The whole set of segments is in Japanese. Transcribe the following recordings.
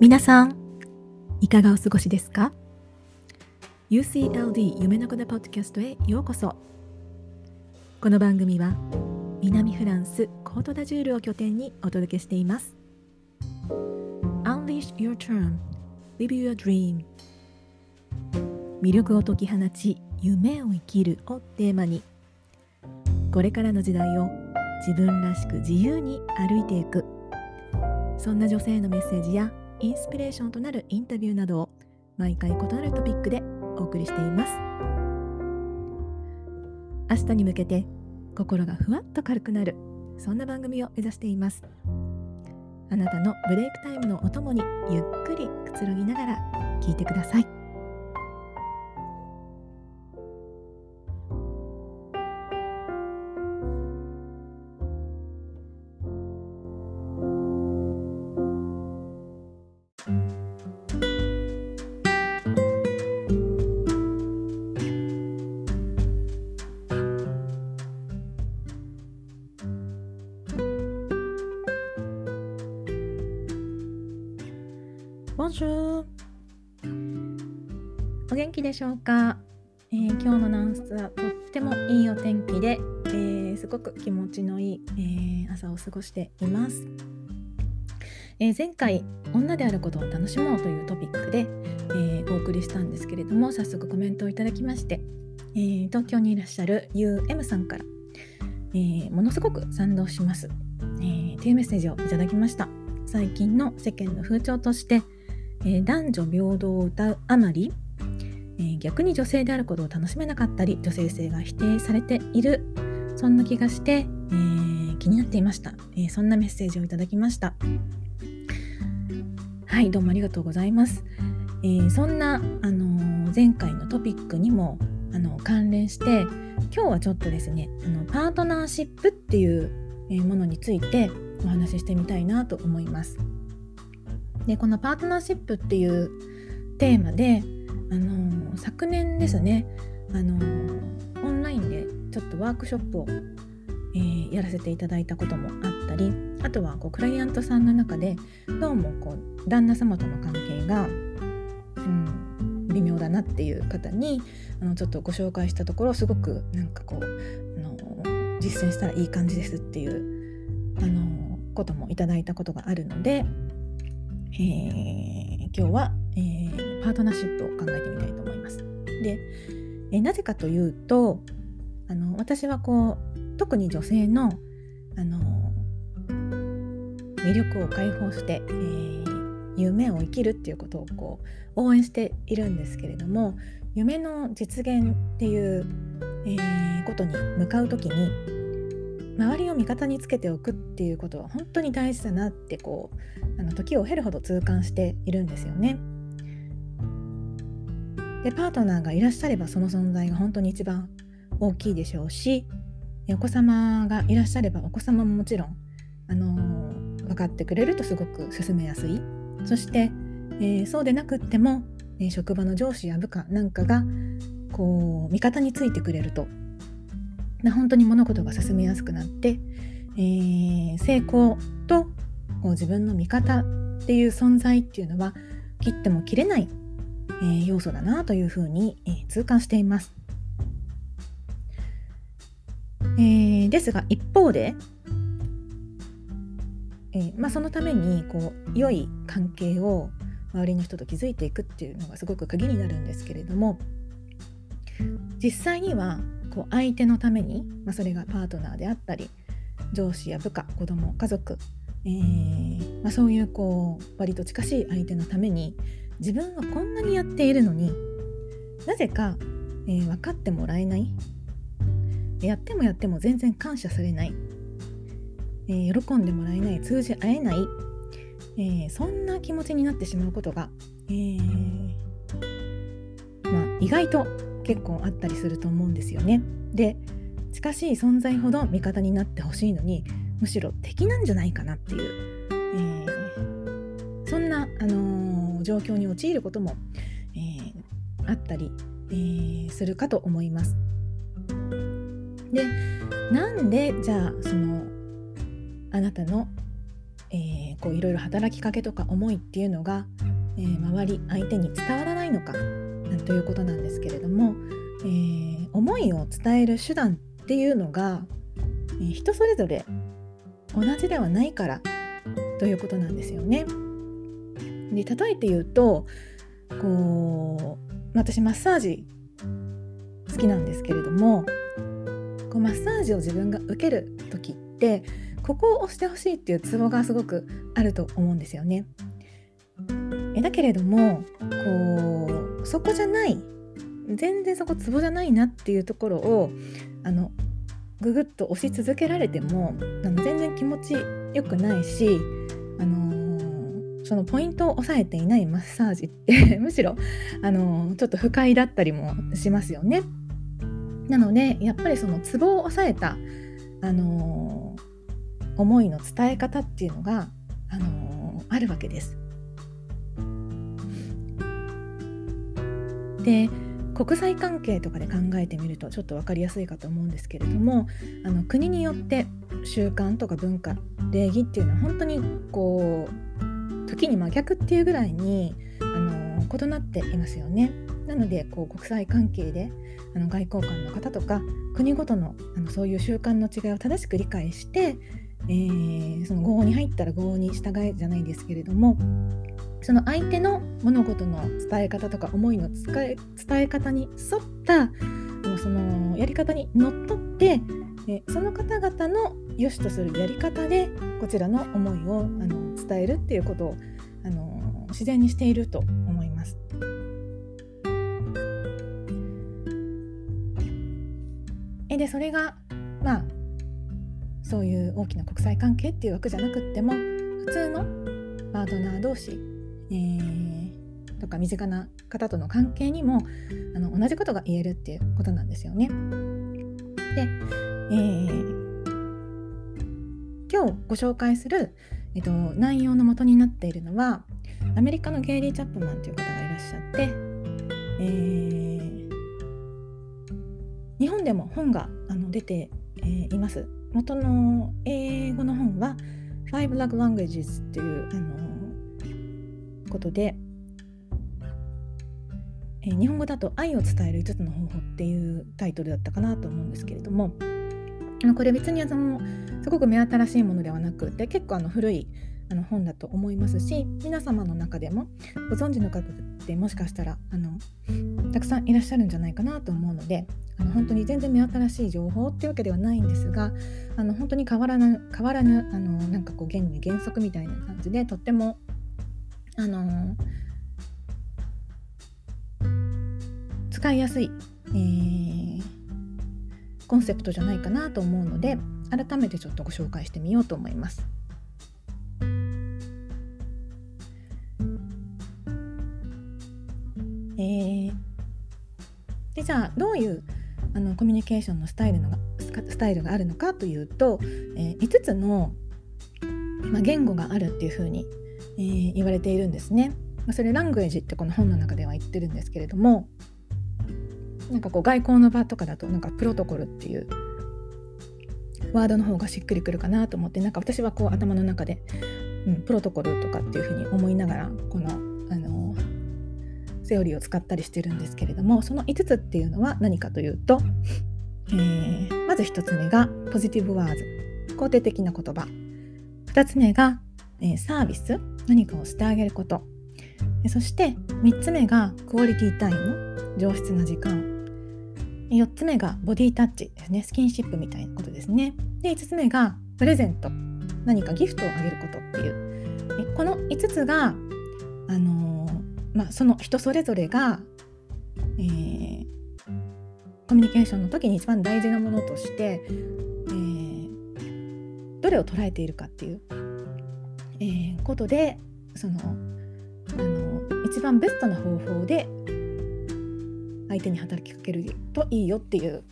皆さんいかがお過ごしですか？ UCLD 夢の子のポッドキャストへようこそ。この番組は南フランスコートダジュールを拠点にお届けしています。 Unleash your term, live your dream。 魅力を解き放ち夢を生きるをテーマに、これからの時代を自分らしく自由に歩いていく、そんな女性のメッセージやインスピレーションとなるインタビューなどを毎回異なるトピックでお送りしています。明日に向けて心がふわっと軽くなる、そんな番組を目指しています。あなたのブレイクタイムのお供にゆっくりくつろぎながら聞いてください。ボンジュー。お元気でしょうか？今日のナンスはとってもいいお天気で、すごく気持ちのいい、朝を過ごしています。前回女であることを楽しもうというトピックで、お送りしたんですけれども、早速コメントをいただきまして、東京にいらっしゃる UM さんから、ものすごく賛同します、というメッセージをいただきました。最近の世間の風潮として男女平等を謳うあまり、逆に女性であることを楽しめなかったり、女性性が否定されている、そんな気がして、気になっていました。そんなメッセージをいただきました。はい、どうもありがとうございます。そんな、前回のトピックにも関連して、今日はちょっとですね、パートナーシップっていう、ものについてお話ししてみたいなと思います。で、このパートナーシップっていうテーマで、昨年ですね、オンラインでちょっとワークショップを、やらせていただいたこともあったり、あとはクライアントさんの中でどうも旦那様との関係が、微妙だなっていう方にちょっとご紹介したところ、すごく実践したらいい感じですっていうこともいただいたことがあるので、今日は、パートナーシップを考えてみたいと思います。で、なぜかというと、私は特に女性の、魅力を解放して、夢を生きるっていうことを応援しているんですけれども、夢の実現っていう、ことに向かうときに周りを味方につけておくっていうことは本当に大事だなって時を経るほど痛感しているんですよね。で、パートナーがいらっしゃればその存在が本当に一番大きいでしょうし、お子様がいらっしゃればお子様ももちろん分かってくれるとすごく進めやすい。そして、そうでなくっても、職場の上司や部下なんかが味方についてくれると、本当に物事が進めやすくなって、成功と自分の味方っていう存在っていうのは切っても切れない、要素だなというふうに、痛感しています。ですが一方で、そのために良い関係を周りの人と築いていくっていうのがすごく鍵になるんですけれども、実際には相手のために、それがパートナーであったり上司や部下、子供、家族、そういう割と近しい相手のために自分はこんなにやっているのになぜか、分かってもらえない、やっても全然感謝されない、喜んでもらえない、通じ合えない、そんな気持ちになってしまうことが、意外と結構あったりすると思うんですよね。で、近しい存在ほど味方になってほしいのに、むしろ敵なんじゃないかなっていう、そんな、状況に陥ることも、あったり、するかと思います。で、なんでじゃああなたのこういろいろ働きかけとか思いっていうのが、周り相手に伝わらないのかということなんですけれども、思いを伝える手段っていうのが、人それぞれ同じではないからということなんですよね。で、例えて言うと私マッサージ好きなんですけれども、マッサージを自分が受ける時ってここを押してほしいっていうツボがすごくあると思うんですよね。だけれどもそこじゃない、全然そこツボじゃないなっていうところをぐぐっと押し続けられても全然気持ちよくないし、そのポイントを押さえていないマッサージってむしろちょっと不快だったりもしますよね。なのでやっぱりそのツボを押さえた、思いの伝え方っていうのが、あるわけです。で、国際関係とかで考えてみるとちょっと分かりやすいかと思うんですけれども、国によって習慣とか文化、礼儀っていうのは本当に時に真逆っていうぐらいに異なっていますよね。なので国際関係で外交官の方とか国ごとのそういう習慣の違いを正しく理解して、その郷に入ったら郷に従えじゃないですけれども、その相手の物事の伝え方とか思いの伝え方に沿ったそのやり方にのっとって、その方々の良しとするやり方でこちらの思いを伝えるっていうことを自然にしていると思います。でそれがそういう大きな国際関係っていう枠じゃなくっても、普通のパートナー同士、とか身近な方との関係にも同じことが言えるっていうことなんですよね。で、今日ご紹介する、内容の元になっているのはアメリカのゲイリー・チャップマンという方がいらっしゃって、日本でも本が出て、います。元の英語の本は Five Love Languages っていうことで、日本語だと愛を伝える5つの方法っていうタイトルだったかなと思うんですけれども、これ別にすごく目新しいものではなくて結構古い本だと思いますし、皆様の中でもご存知の方ってもしかしたらたくさんいらっしゃるんじゃないかなと思うので、本当に全然目新しい情報っていうわけではないんですが、本当に変わらぬ原理原則みたいな感じでとっても使いやすい、コンセプトじゃないかなと思うので、改めてちょっとご紹介してみようと思います。でじゃあどういうコミュニケーションのスタイルがあるのかというと、5つの、言語があるっていうふうに、言われているんですね。それラングエージってこの本の中では言ってるんですけれども、外交の場とかだとプロトコルっていうワードの方がしっくりくるかなと思って、私は頭の中で、プロトコルとかっていうふうに思いながらこのセオリーを使ったりしてるんですけれども、その5つっていうのは何かというと、まず1つ目がポジティブワーズ、肯定的な言葉。2つ目が、サービス、何かをしてあげること。そして3つ目がクオリティタイム、上質な時間。4つ目がボディタッチですね、スキンシップみたいなことですね。で5つ目がプレゼント、何かギフトをあげることっていう、この5つがその人それぞれが、コミュニケーションの時に一番大事なものとして、どれを捉えているかっていう、ことで一番ベストな方法で相手に働きかけるといいよっていう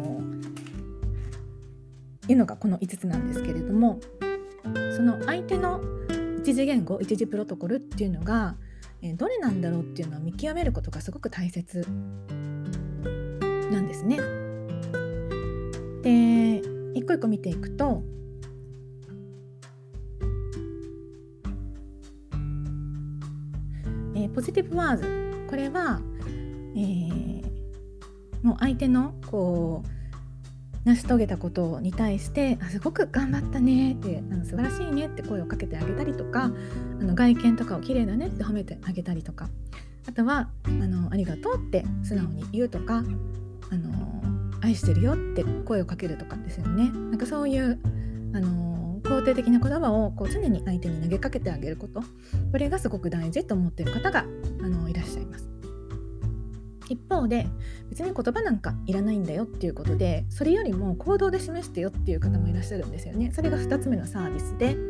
のがこの5つなんですけれども、その相手の一次言語、一次プロトコルっていうのがどれなんだろうっていうのを見極めることがすごく大切なんですね。で、一個一個見ていくと、 ポジティブワーズ、これは、もう相手のこう成し遂げたことに対してすごく頑張ったねって、素晴らしいねって声をかけてあげたりとか、外見とかを綺麗だねって褒めてあげたりとか、あとはありがとうって素直に言うとか、愛してるよって声をかけるとかですよね。なんかそういう肯定的な言葉をこう常に相手に投げかけてあげること、これがすごく大事と思っている方がいらっしゃいます。一方で別に言葉なんかいらないんだよっていうことで、それよりも行動で示してよっていう方もいらっしゃるんですよね。それが2つ目のサービスで、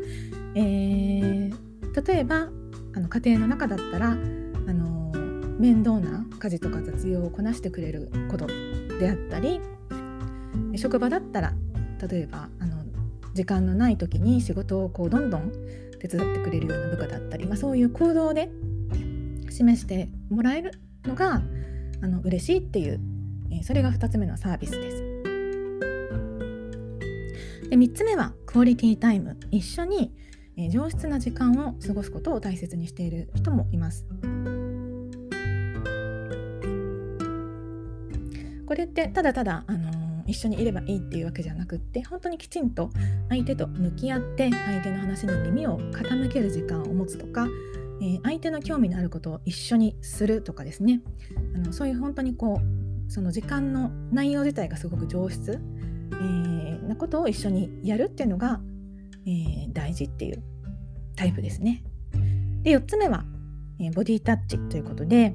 例えば家庭の中だったら面倒な家事とか雑用をこなしてくれることであったり、職場だったら例えば時間のない時に仕事をこうどんどん手伝ってくれるような部下だったり、そういう行動で示してもらえるのが嬉しいっていう、それが2つ目のサービスです。で、3つ目はクオリティタイム、一緒に、上質な時間を過ごすことを大切にしている人もいます。これってただただ一緒にいればいいっていうわけじゃなくって、本当にきちんと相手と向き合って相手の話に耳を傾ける時間を持つとか、相手の興味のあることを一緒にするとかですね、そういう本当にこうその時間の内容自体がすごく上質、なことを一緒にやるっていうのが、大事っていうタイプですね。で、4つ目は、ボディタッチということで、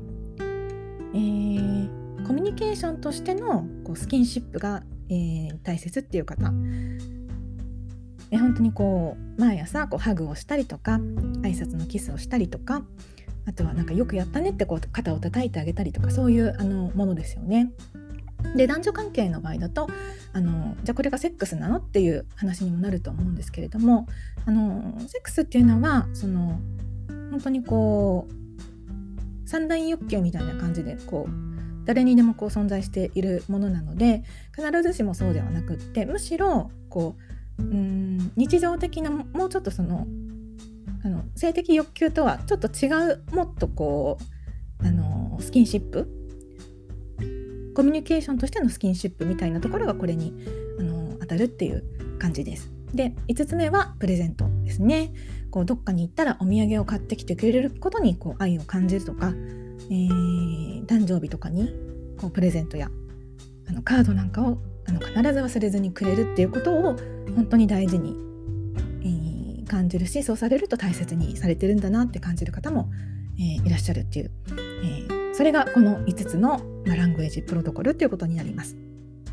コミュニケーションとしてのこうスキンシップが、大切っていう方、本当にこう毎朝こうハグをしたりとか、挨拶のキスをしたりとか、あとはなんかよくやったねってこう肩を叩いてあげたりとか、そういうものですよね。で、男女関係の場合だとじゃあこれがセックスなのっていう話にもなると思うんですけれども、セックスっていうのは本当にこう三大欲求みたいな感じでこう誰にでもこう存在しているものなので、必ずしもそうではなくって、むしろこう日常的なもうちょっと性的欲求とはちょっと違う、もっとこうスキンシップ、コミュニケーションとしてのスキンシップみたいなところがこれに当たるっていう感じです。で、5つ目はプレゼントですね。こうどっかに行ったらお土産を買ってきてくれることにこう愛を感じるとか、誕生日とかにこうプレゼントやカードなんかを必ず忘れずにくれるっていうことを本当に大事に、感じるし、そうされると大切にされてるんだなって感じる方も、いらっしゃるっていう、それがこの5つの、ラングエージプロトコルということになります。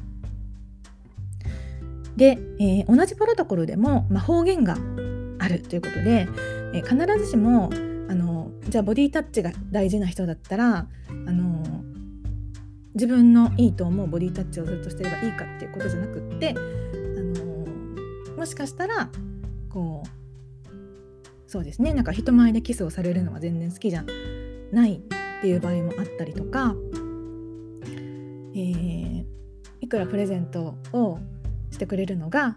で、同じプロトコルでも、方言があるということで、必ずしもじゃあボディタッチが大事な人だったら自分のいいと思うボディタッチをずっとしてればいいかっていうことじゃなくって、もしかしたらこうそうですね、なんか人前でキスをされるのは全然好きじゃないっていう場合もあったりとか、いくらプレゼントをしてくれるのが、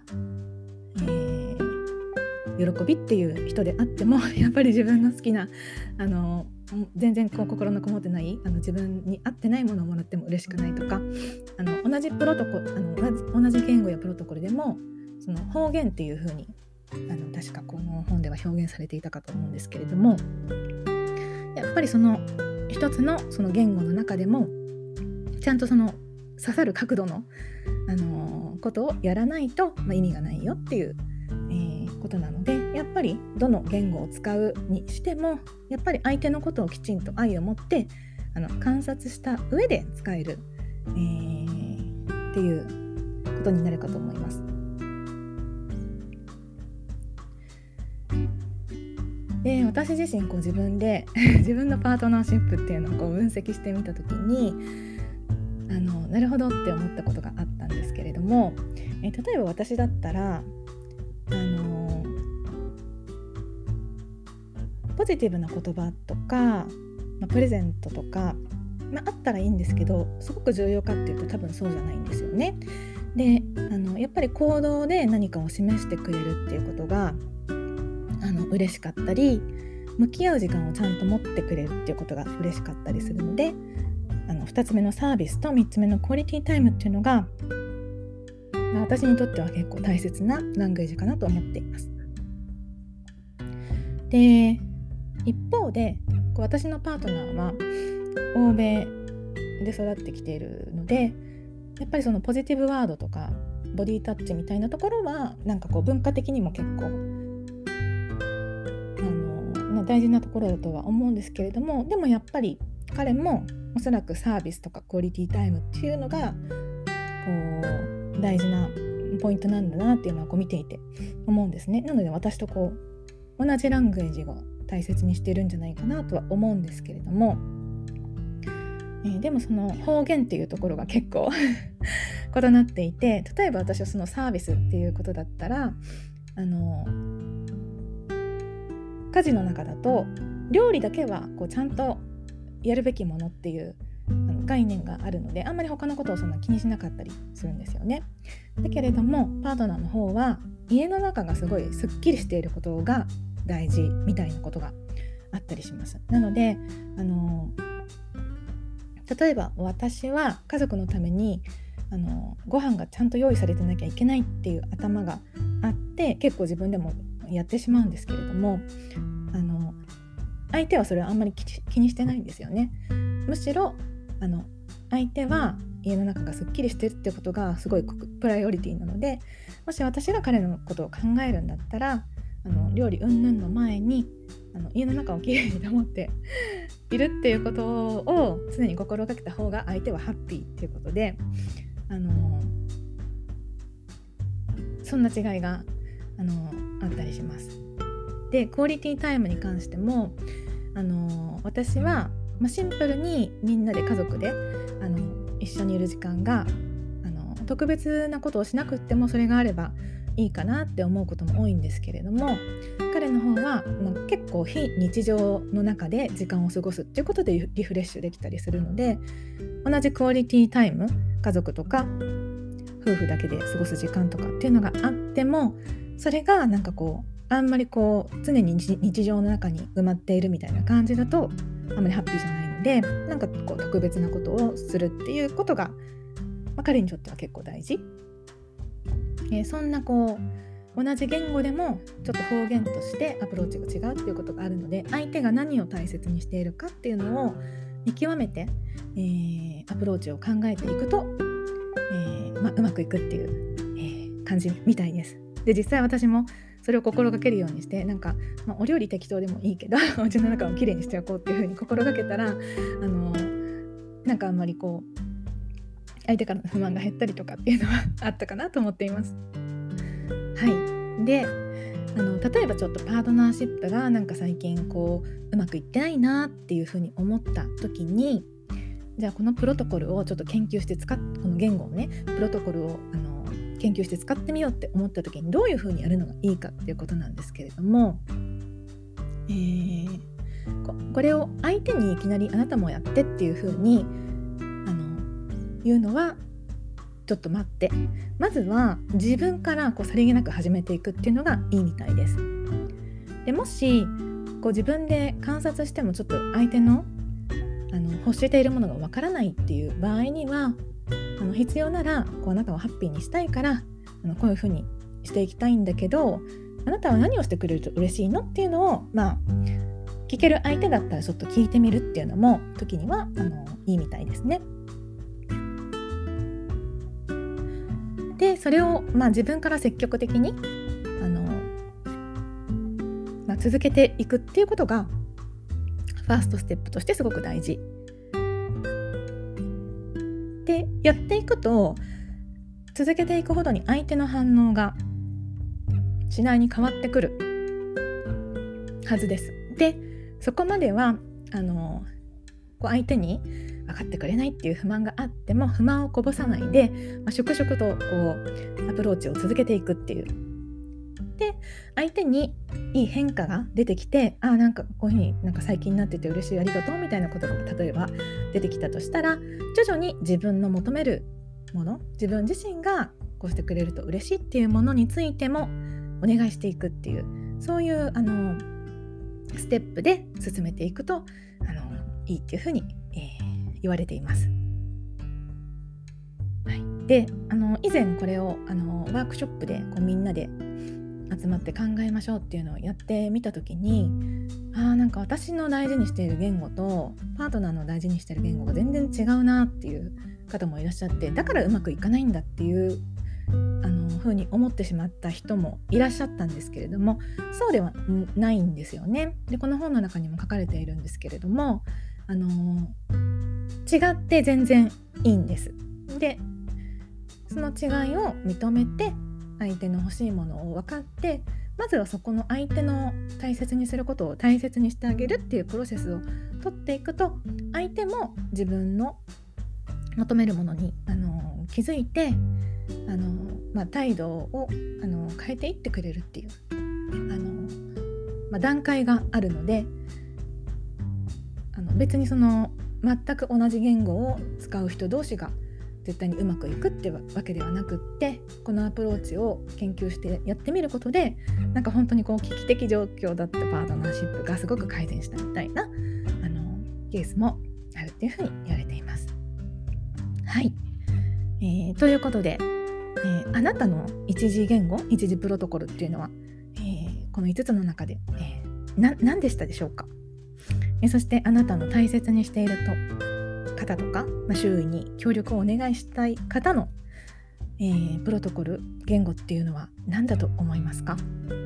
喜びっていう人であっても、やっぱり自分の好きな全然こう心のこもってない自分に合ってないものをもらっても嬉しくないとか、同じプロトコ同じ言語やプロトコルでもその方言っていう風に確かこの本では表現されていたかと思うんですけれども、やっぱりその一つのその言語の中でもちゃんとその刺さる角度の、ことをやらないと、意味がないよっていう、ことなので、やっぱりどの言語を使うにしてもやっぱり相手のことをきちんと愛を持って観察した上で使える、っていうことになるかと思います。で、私自身こう自分で自分のパートナーシップっていうのをこう分析してみたときになるほどって思ったことがあったんですけれども、例えば私だったらポジティブな言葉とか、プレゼントとか、あったらいいんですけど、すごく重要かっていうと多分そうじゃないんですよね。で、やっぱり行動で何かを示してくれるっていうことが嬉しかったり、 向き合う時間をちゃんと持ってくれるっていうことが嬉しかったりするので、2つ目のサービスと3つ目のクオリティタイムっていうのが、私にとっては結構大切なラングエージかなと思っています。で、一方で私のパートナーは欧米で育ってきているので、やっぱりそのポジティブワードとかボディタッチみたいなところはなんか文化的にも結構大事なところだとは思うんですけれども、でもやっぱり彼もおそらくサービスとかクオリティタイムっていうのが大事なポイントなんだなっていうのは見ていて思うんですね。なので私と同じラングエージを大切にしてるんじゃないかなとは思うんですけれども、でもその方言っていうところが結構異なっていて、例えば私はそのサービスっていうことだったら家事の中だと料理だけはちゃんとやるべきものっていう概念があるので、あんまり他のことをそんな気にしなかったりするんですよね。だけれどもパートナーの方は家の中がすごいすっきりしていることが大事みたいなことがあったりします。なので例えば私は家族のためにご飯がちゃんと用意されてなきゃいけないっていう頭があって、結構自分でもやってしまうんですけれども、相手はそれはあんまり気にしてないんですよね。むしろ相手は家の中がすっきりしてるってことがすごいプライオリティなので、もし私が彼のことを考えるんだったら料理云々の前に家の中をきれいに保っているっていうことを常に心がけた方が相手はハッピーっていうことで、そんな違いがあったりします。で、クオリティタイムに関しても私は、シンプルにみんなで家族で一緒にいる時間が特別なことをしなくってもそれがあればいいかなって思うことも多いんですけれども、彼の方は結構非日常の中で時間を過ごすっていうことでリフレッシュできたりするので、同じクオリティタイム、家族とか夫婦だけで過ごす時間とかっていうのがあっても、それがなんかあんまり常に日常の中に埋まっているみたいな感じだとあんまりハッピーじゃないので、なんか特別なことをするっていうことが、彼にとっては結構大事。そんな同じ言語でもちょっと方言としてアプローチが違うっていうことがあるので、相手が何を大切にしているかっていうのを見極めて、アプローチを考えていくと、うまくいくっていう、感じみたいです。で、実際私もそれを心がけるようにして、なんか、お料理適当でもいいけどお家の中をきれいにしておこうっていうふうに心がけたらなんかあんまり相手からの不満が減ったりとかっていうのはあったかなと思っています。はい。で、例えばちょっとパートナーシップがなんか最近うまくいってないなっていうふうに思った時に、じゃあこのプロトコルをちょっと研究してこの言語をね、プロトコルを研究して使ってみようって思った時にどういうふうにやるのがいいかっていうことなんですけれども、これを相手にいきなりあなたもやってっていうふうに言うのはちょっと待って、まずは自分からさりげなく始めていくっていうのがいいみたいです。で、もし自分で観察してもちょっと相手の欲しているものがわからないっていう場合には、必要ならあなたをハッピーにしたいからこういうふうにしていきたいんだけど、あなたは何をしてくれると嬉しいのっていうのを聞ける相手だったらちょっと聞いてみるっていうのも時にはいいみたいですね。で、それを自分から積極的に続けていくっていうことがファーストステップとしてすごく大事で、やっていくと続けていくほどに相手の反応が次第に変わってくるはずです。で、そこまでは相手に分かってくれないっていう不満があっても不満をこぼさないで、粛々とアプローチを続けていくっていう。で、相手にいい変化が出てきて、なんかこういうふうになんか最近になってて嬉しい、ありがとうみたいなことが例えば出てきたとしたら、徐々に自分の求めるもの、自分自身がこうしてくれると嬉しいっていうものについてもお願いしていくっていう、そういうステップで進めていくといいっていうふうに、言われています。はい、で以前これをワークショップでみんなで集まって考えましょうっていうのをやってみたときに、なんか私の大事にしている言語とパートナーの大事にしている言語が全然違うなっていう方もいらっしゃって、だからうまくいかないんだっていうふうに思ってしまった人もいらっしゃったんですけれども、そうではないんですよね。でこの本の中にも書かれているんですけれども、違って全然いいんです。でその違いを認めて、相手の欲しいものを分かって、まずはそこの相手の大切にすることを大切にしてあげるっていうプロセスを取っていくと、相手も自分の求めるものに気づいて態度を変えていってくれるっていう段階があるので、別にその全く同じ言語を使う人同士が絶対にうまくいくってわけではなくって、このアプローチを研究してやってみることで、なんか本当に危機的状況だったパートナーシップがすごく改善したみたいなケースもあるっていうふうに言われています。はい、ということで、あなたの一次言語、一次プロトコルっていうのは、この5つの中で、何でしたでしょうか。そしてあなたの大切にしている方とか、周囲に協力をお願いしたい方の、プロトコル、言語っていうのは何だと思いますか。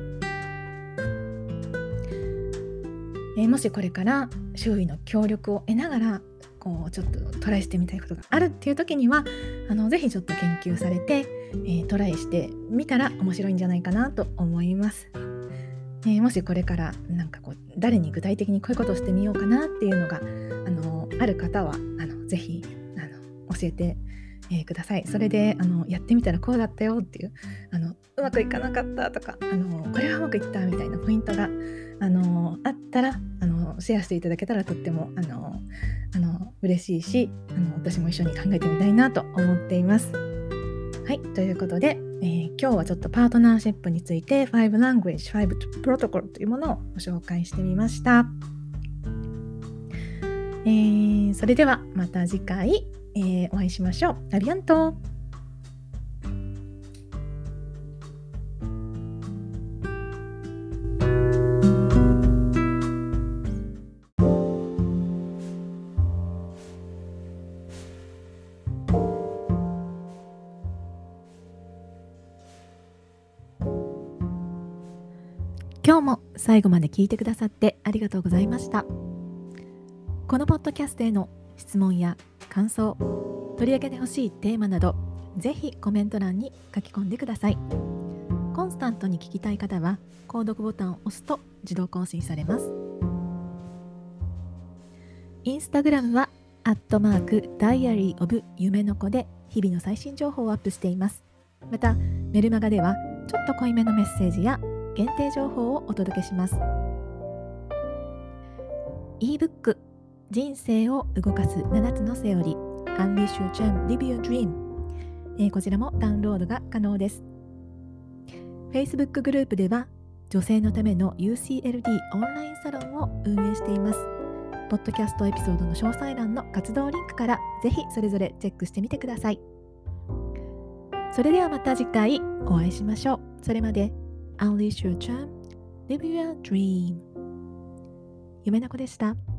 もしこれから周囲の協力を得ながらちょっとトライしてみたいことがあるっていう時にはぜひちょっと研究されて、トライしてみたら面白いんじゃないかなと思います。もしこれからなんか誰に具体的にこういうことをしてみようかなっていうのがある方はぜひ教えて、ください。それでやってみたらこうだったよっていううまくいかなかったとかこれはうまくいったみたいなポイントがあったらシェアしていただけたらとっても嬉しいし私も一緒に考えてみたいなと思っています。はい、ということで、今日はちょっとパートナーシップについて5 language 5 protocol というものをご紹介してみました。それではまた次回、お会いしましょう。アビアント。今日も最後まで聞いてくださってありがとうございました。このポッドキャストへの質問や感想、取り上げてほしいテーマなど、ぜひコメント欄に書き込んでください。コンスタントに聞きたい方は、購読ボタンを押すと自動更新されます。インスタグラムは@diary of 夢の子で日々の最新情報をアップしています。また、メルマガではちょっと濃いめのメッセージや限定情報をお届けします。ebook 人生を動かす7つのセオリー Unleash Your Charm, Live Your Dream、こちらもダウンロードが可能です。 Facebook グループでは女性のための UCLD オンラインサロンを運営しています。ポッドキャストエピソードの詳細欄の活動リンクからぜひそれぞれチェックしてみてください。それではまた次回お会いしましょう。それまで Unleash Your Charm, Live Your Dream。 夢の子でした。